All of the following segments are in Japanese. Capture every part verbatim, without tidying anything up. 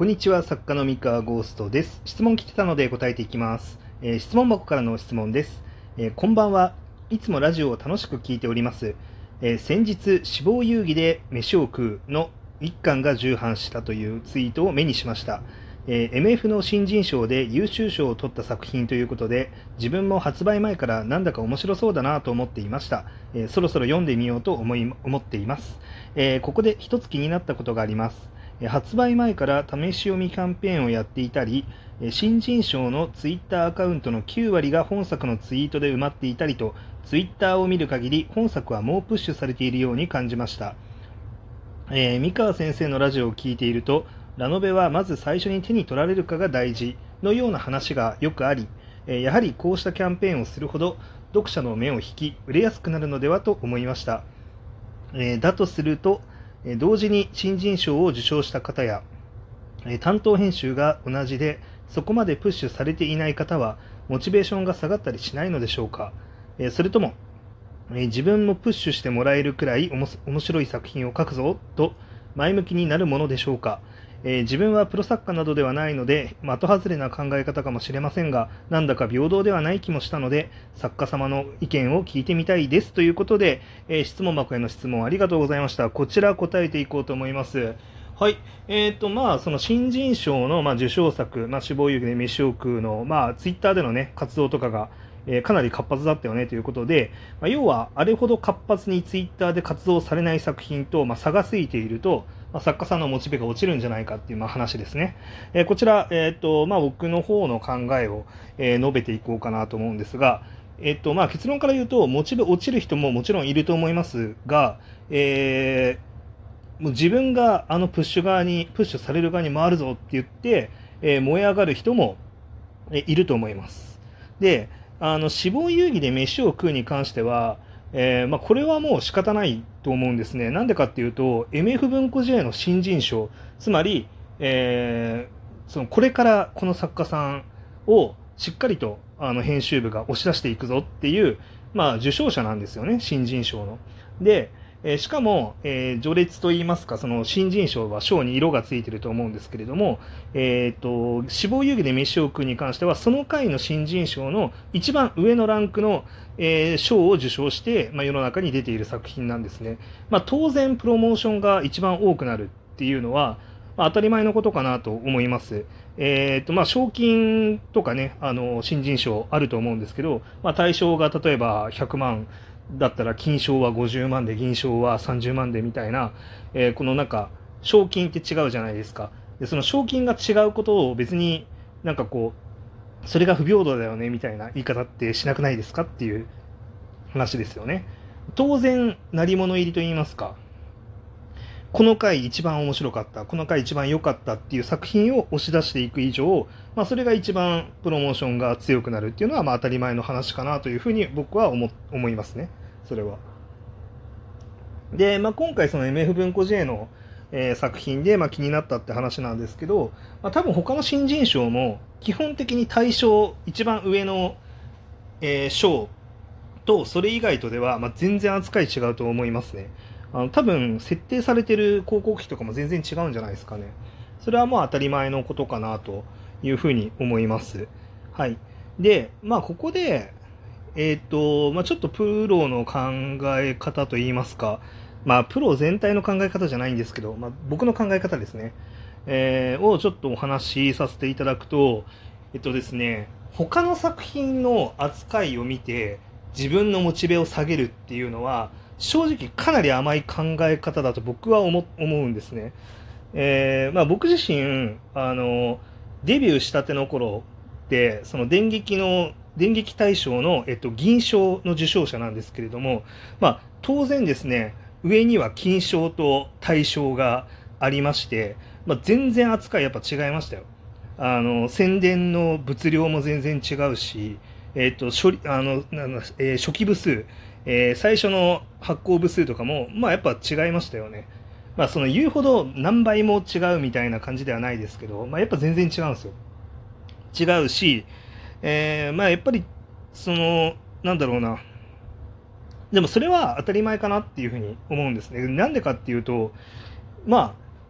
こんにちは、作家の三河ゴーストです。質問来てたので答えていきます。えー質問箱からの質問です。えーこんばんは。いつもラジオを楽しく聞いております。えー先日、死亡遊戯で飯を食うの一巻が重版したというツイートを目にしました。えー エムエフ の新人賞で優秀賞を取った作品ということで、自分も発売前からなんだか面白そうだなと思っていました。えーそろそろ読んでみようと思い思っています。えーここで一つ気になったことがあります。発売前から試し読みキャンペーンをやっていたり、新人賞のツイッターアカウントのきゅうわりが本作のツイートで埋まっていたりと、ツイッターを見る限り本作は猛プッシュされているように感じました。えー三川先生のラジオを聞いていると、ラノベはまず最初に手に取られるかが大事のような話がよくあり、えーやはりこうしたキャンペーンをするほど読者の目を引き、売れやすくなるのではと思いました。えーだとすると、同時に新人賞を受賞した方や、担当編集が同じでそこまでプッシュされていない方はモチベーションが下がったりしないのでしょうか。それとも自分もプッシュしてもらえるくらい面白い作品を書くぞと前向きになるものでしょうか。えー自分はプロ作家などではないので的外れな考え方かもしれませんが、なんだか平等ではない気もしたので作家様の意見を聞いてみたいですということで、えー質問箱への質問ありがとうございました。こちら答えていこうと思います。はい、えーとまあ、その新人賞の、まあ、受賞作、まあ、死亡遊戯で飯を食うの、まあ、ツイッターでの、ね、活動とかが、えーかなり活発だったよねということで、まあ、要はあれほど活発にツイッターで活動されない作品と、まあ、差がついていると、まあ、作家さんのモチベが落ちるんじゃないかっていう、まあ、話ですね。えーこちら、えーとまあ、僕の方の考えを、えー述べていこうかなと思うんですが、えーとまあ、結論から言うとモチベ落ちる人ももちろんいると思いますが、えーもう自分があのプッシュ側にプッシュされる側に回るぞって言って、えー燃え上がる人も、えーいると思います。で、あの死亡遊戯で飯を食うに関しては、えーまあ、これはもう仕方ないと思うんですね。なんでかっていうと エムエフ 文庫 J の新人賞、つまり、えーそのこれからこの作家さんをしっかりとあの編集部が押し出していくぞっていう、まあ、受賞者なんですよね、新人賞の。で、えーしかも、えー序列といいますか、その新人賞は賞に色がついていると思うんですけれども、えーと死亡遊戯で飯を食うに関してはその回の新人賞の一番上のランクの、えー賞を受賞して、まあ、世の中に出ている作品なんですね。まあ、当然プロモーションが一番多くなるっていうのは、まあ、当たり前のことかなと思います。えーとまあ、賞金とかね、あの新人賞あると思うんですけど、まあ、対象が例えばひゃくまんだったら金賞はごじゅうまんで銀賞はさんじゅうまんでみたいな、えーこのなんか賞金って違うじゃないですか。でその賞金が違うことを別になんかこうそれが不平等だよねみたいな言い方ってしなくないですかっていう話ですよね。当然鳴り物入りと言いますか、この回一番面白かった、この回一番良かったっていう作品を押し出していく以上、まあ、それが一番プロモーションが強くなるっていうのはまあ当たり前の話かなというふうに僕は思思いますね、それは。で、まあ、今回その エムエフ 文庫 J の、えー作品で、まあ、気になったって話なんですけど、まあ、多分他の新人賞も基本的に対象一番上の、えー賞とそれ以外とでは、まあ、全然扱い違うと思いますね。あの多分設定されてる広告費とかも全然違うんじゃないですかね。それはまあ当たり前のことかなというふうに思います。はい。で、まあここで、えっ、と、まあちょっとプロの考え方といいますか、まあプロ全体の考え方じゃないんですけど、まあ僕の考え方ですね、えーをちょっとお話しさせていただくと、えっとですね、他の作品の扱いを見て自分のモチベを下げるっていうのは正直かなり甘い考え方だと僕は思思うんですね。えーまあ、僕自身あのデビューしたての頃でその電撃の電撃大賞の、えっと、銀賞の受賞者なんですけれども、まあ、当然ですね上には金賞と大賞がありまして、まあ、全然扱いやっぱ違いましたよ。あの宣伝の物量も全然違うし、えっと処理あのなんだえー初期部数、えー最初の発行部数とかも、まあ、やっぱ違いましたよね。まあ、その言うほど何倍も違うみたいな感じではないですけど、まあ、やっぱ全然違うんですよ。違うし、えーまあ、やっぱりそのなんだろうな、でもそれは当たり前かなっていうふうに思うんですね。なんでかっていうと、まあ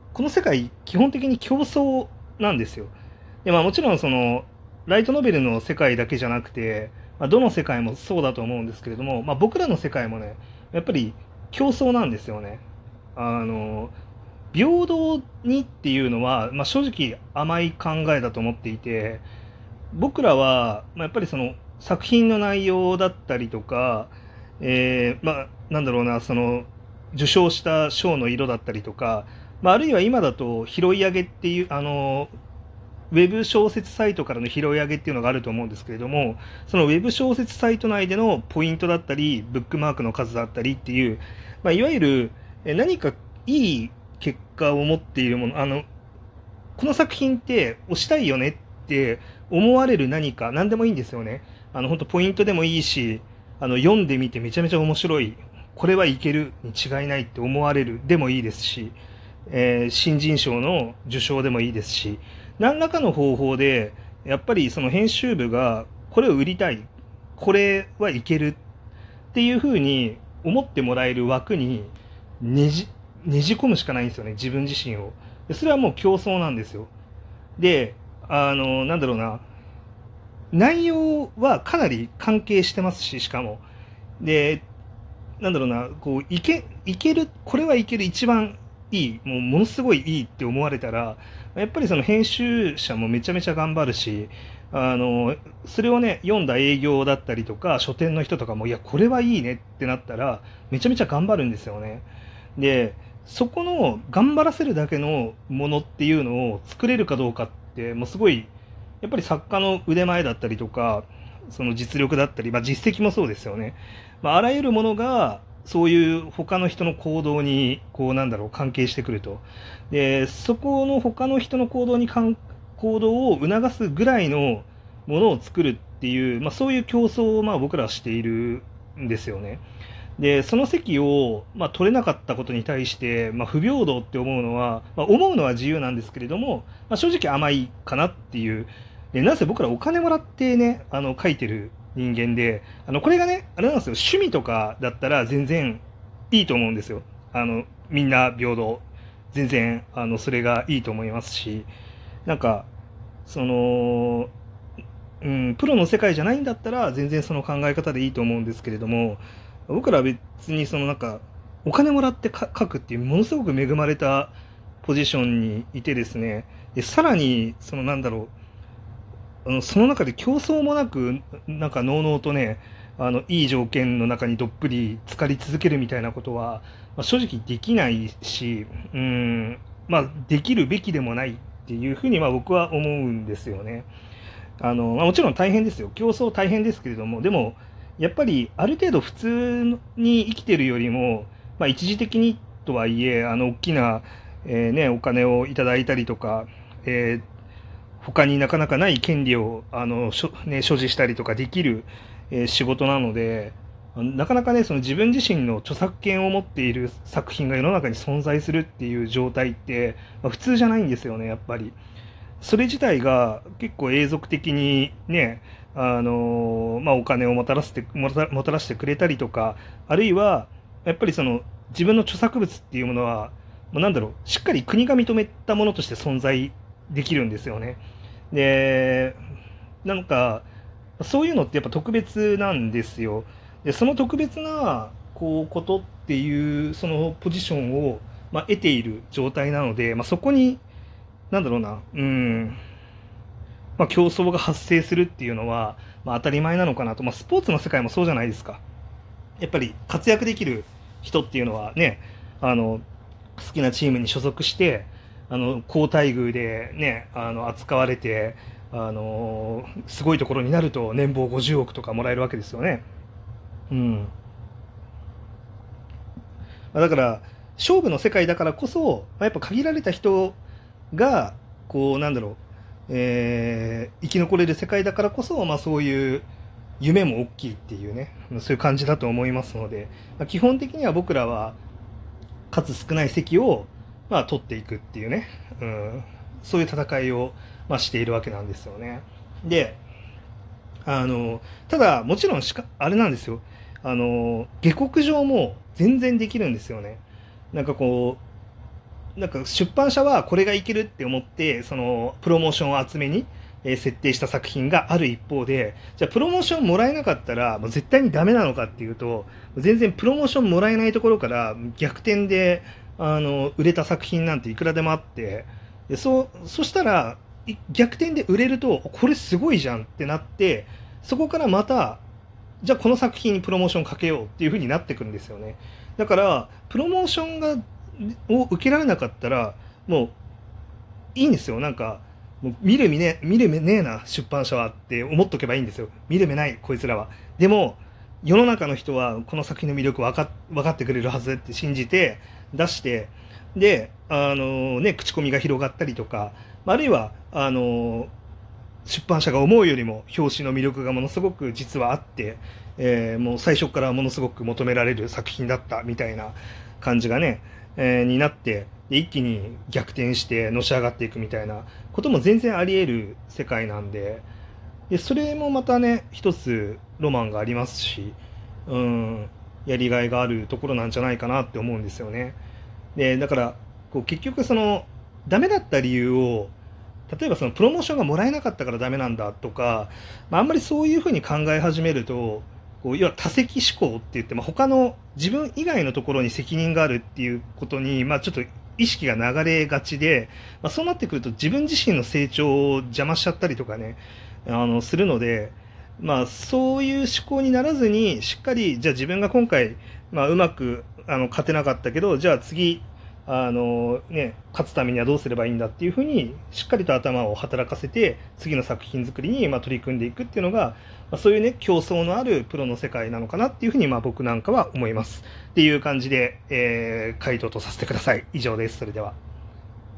この世界基本的に競争なんですよ。で、まあ、もちろんそのライトノベルの世界だけじゃなくて、まあ、どの世界もそうだと思うんですけれども、まあ、僕らの世界もねやっぱり競争なんですよね。あの平等にっていうのは、まあ、正直甘い考えだと思っていて、僕らは、まあ、やっぱりその作品の内容だったりとか、えーまあ、なんだろうな、その受賞した賞の色だったりとか、まあ、あるいは今だと拾い上げっていうあのウェブ小説サイトからの拾い上げっていうのがあると思うんですけれども、そのウェブ小説サイト内でのポイントだったりブックマークの数だったりっていう、まあ、いわゆる何かいい結果を持っているもの、あのこの作品って推したいよねって思われる何か何でもいいんですよね。あの本当ポイントでもいいし、あの読んでみてめちゃめちゃ面白い、これはいけるに違いないって思われるでもいいですし、えー新人賞の受賞でもいいですし、何らかの方法でやっぱりその編集部がこれを売りたい、これはいけるっていうふうに思ってもらえる枠にねじねじ込むしかないんですよね、自分自身を。でそれはもう競争なんですよ。で、あのなんだろうな、内容はかなり関係してますし、しかもで、なんだろうな、こういけいける、これはいける、一番いい、もうものすごいいいって思われたら、やっぱりその編集者もめちゃめちゃ頑張るし、あのそれをね読んだ営業だったりとか書店の人とかも、いやこれはいいねってなったらめちゃめちゃ頑張るんですよね。で、そこの頑張らせるだけのものっていうのを作れるかどうかって、もうすごいやっぱり作家の腕前だったりとか、その実力だったり、まあ、実績もそうですよね。まあ、あらゆるものがそういう他の人の行動にこうなんだろう関係してくると。で、そこの他の人の行動に行動を促すぐらいのものを作るっていう、まあ、そういう競争をまあ僕らはしているんですよね。で、その席を、まあ、取れなかったことに対して、まあ、不平等って思うのは、まあ、思うのは自由なんですけれども、まあ、正直甘いかなっていう。で、なぜ僕らお金もらってね、あの書いてる人間で、あのこれがね、あれなんですよ、趣味とかだったら全然いいと思うんですよ。あのみんな平等、全然あのそれがいいと思いますし、なんかその、うん、プロの世界じゃないんだったら全然その考え方でいいと思うんですけれども、僕らは別にそのなんかお金もらって書くっていうものすごく恵まれたポジションにいてですね、でさらにそのなんだろう、あのその中で競争もなくなんかのうのうとね、あのいい条件の中にどっぷり浸かり続けるみたいなことは、まあ、正直できないし、うん、まあ、できるべきでもないっていうふうにまあ僕は思うんですよね。あの、まあ、もちろん大変ですよ、競争大変ですけれども、でもやっぱりある程度普通に生きてるよりも、まあ、一時的にとはいえあの大きな、えーね、お金をいただいたりとか、えー他になかなかない権利をあの、ね、所持したりとかできる、えー仕事なので、なかなかねその自分自身の著作権を持っている作品が世の中に存在するっていう状態って、まあ、普通じゃないんですよね、やっぱり。それ自体が結構永続的にね、あのまあ、お金をもたらしてもたもたらしてくれたりとか、あるいはやっぱりその自分の著作物っていうものはもうなんだろう、しっかり国が認めたものとして存在できるんですよね。で、なんかそういうのってやっぱ特別なんですよ。で、その特別なこうことっていうそのポジションを、まあ、得ている状態なので、まあ、そこになんだろうな、うん、まあ、競争が発生するっていうのは、まあ、当たり前なのかなと、まあ、スポーツの世界もそうじゃないですか。やっぱり活躍できる人っていうのはね、あの好きなチームに所属して、あの好待遇で、ね、あの扱われて、あのすごいところになると年俸ごじゅうおくとかもらえるわけですよね。うん、だから勝負の世界だからこそ、やっぱ限られた人がこうなんだろう、えー生き残れる世界だからこそ、まあ、そういう夢も大きいっていうね、そういう感じだと思いますので、まあ、基本的には僕らは数少ない席を、まあ、取っていくっていうね、うん、そういう戦いを、まあ、しているわけなんですよね。で、あのただもちろんしかあれなんですよ、あの下克上も全然できるんですよね。なんかこうなんか出版社はこれがいけるって思ってそのプロモーションを厚めにえー設定した作品がある一方で、じゃあプロモーションもらえなかったらもう絶対にダメなのかっていうと、全然プロモーションもらえないところから逆転であの売れた作品なんていくらでもあって、でそそしたらい逆転で売れるとこれすごいじゃんってなって、そこからまたじゃあこの作品にプロモーションかけようっていう風になってくるんですよね。だからプロモーションがを受けられなかったらもういいんですよ。なんかもう見る目ね見る目ねえな出版社はって思っとけばいいんですよ。見る目ないこいつらは。でも世の中の人はこの作品の魅力分か分かってくれるはずって信じて出して、であのね口コミが広がったりとか、あるいはあの出版社が思うよりも表紙の魅力がものすごく実はあって、えーもう最初からものすごく求められる作品だったみたいな感じがね、えーになって、で一気に逆転してのし上がっていくみたいなことも全然あり得る世界なんで、でそれもまたね一つロマンがありますし、うん、やりがいがあるところなんじゃないかなって思うんですよね。でだからこう結局そのダメだった理由を、例えばそのプロモーションがもらえなかったからダメなんだとか、まあ、あんまりそういうふうに考え始めると、こう要は多責思考って言って、まあ、他の自分以外のところに責任があるっていうことに、まあ、ちょっと意識が流れがちで、まあ、そうなってくると自分自身の成長を邪魔しちゃったりとかね、あのするので、まあ、そういう思考にならずにしっかり、じゃあ自分が今回、まあ、うまくあの勝てなかったけど、じゃあ次あのね、勝つためにはどうすればいいんだっていうふうにしっかりと頭を働かせて次の作品作りにまあ取り組んでいくっていうのが、まあ、そういうね競争のあるプロの世界なのかなっていうふうにまあ僕なんかは思いますっていう感じで、えー回答とさせてください。以上です。それでは。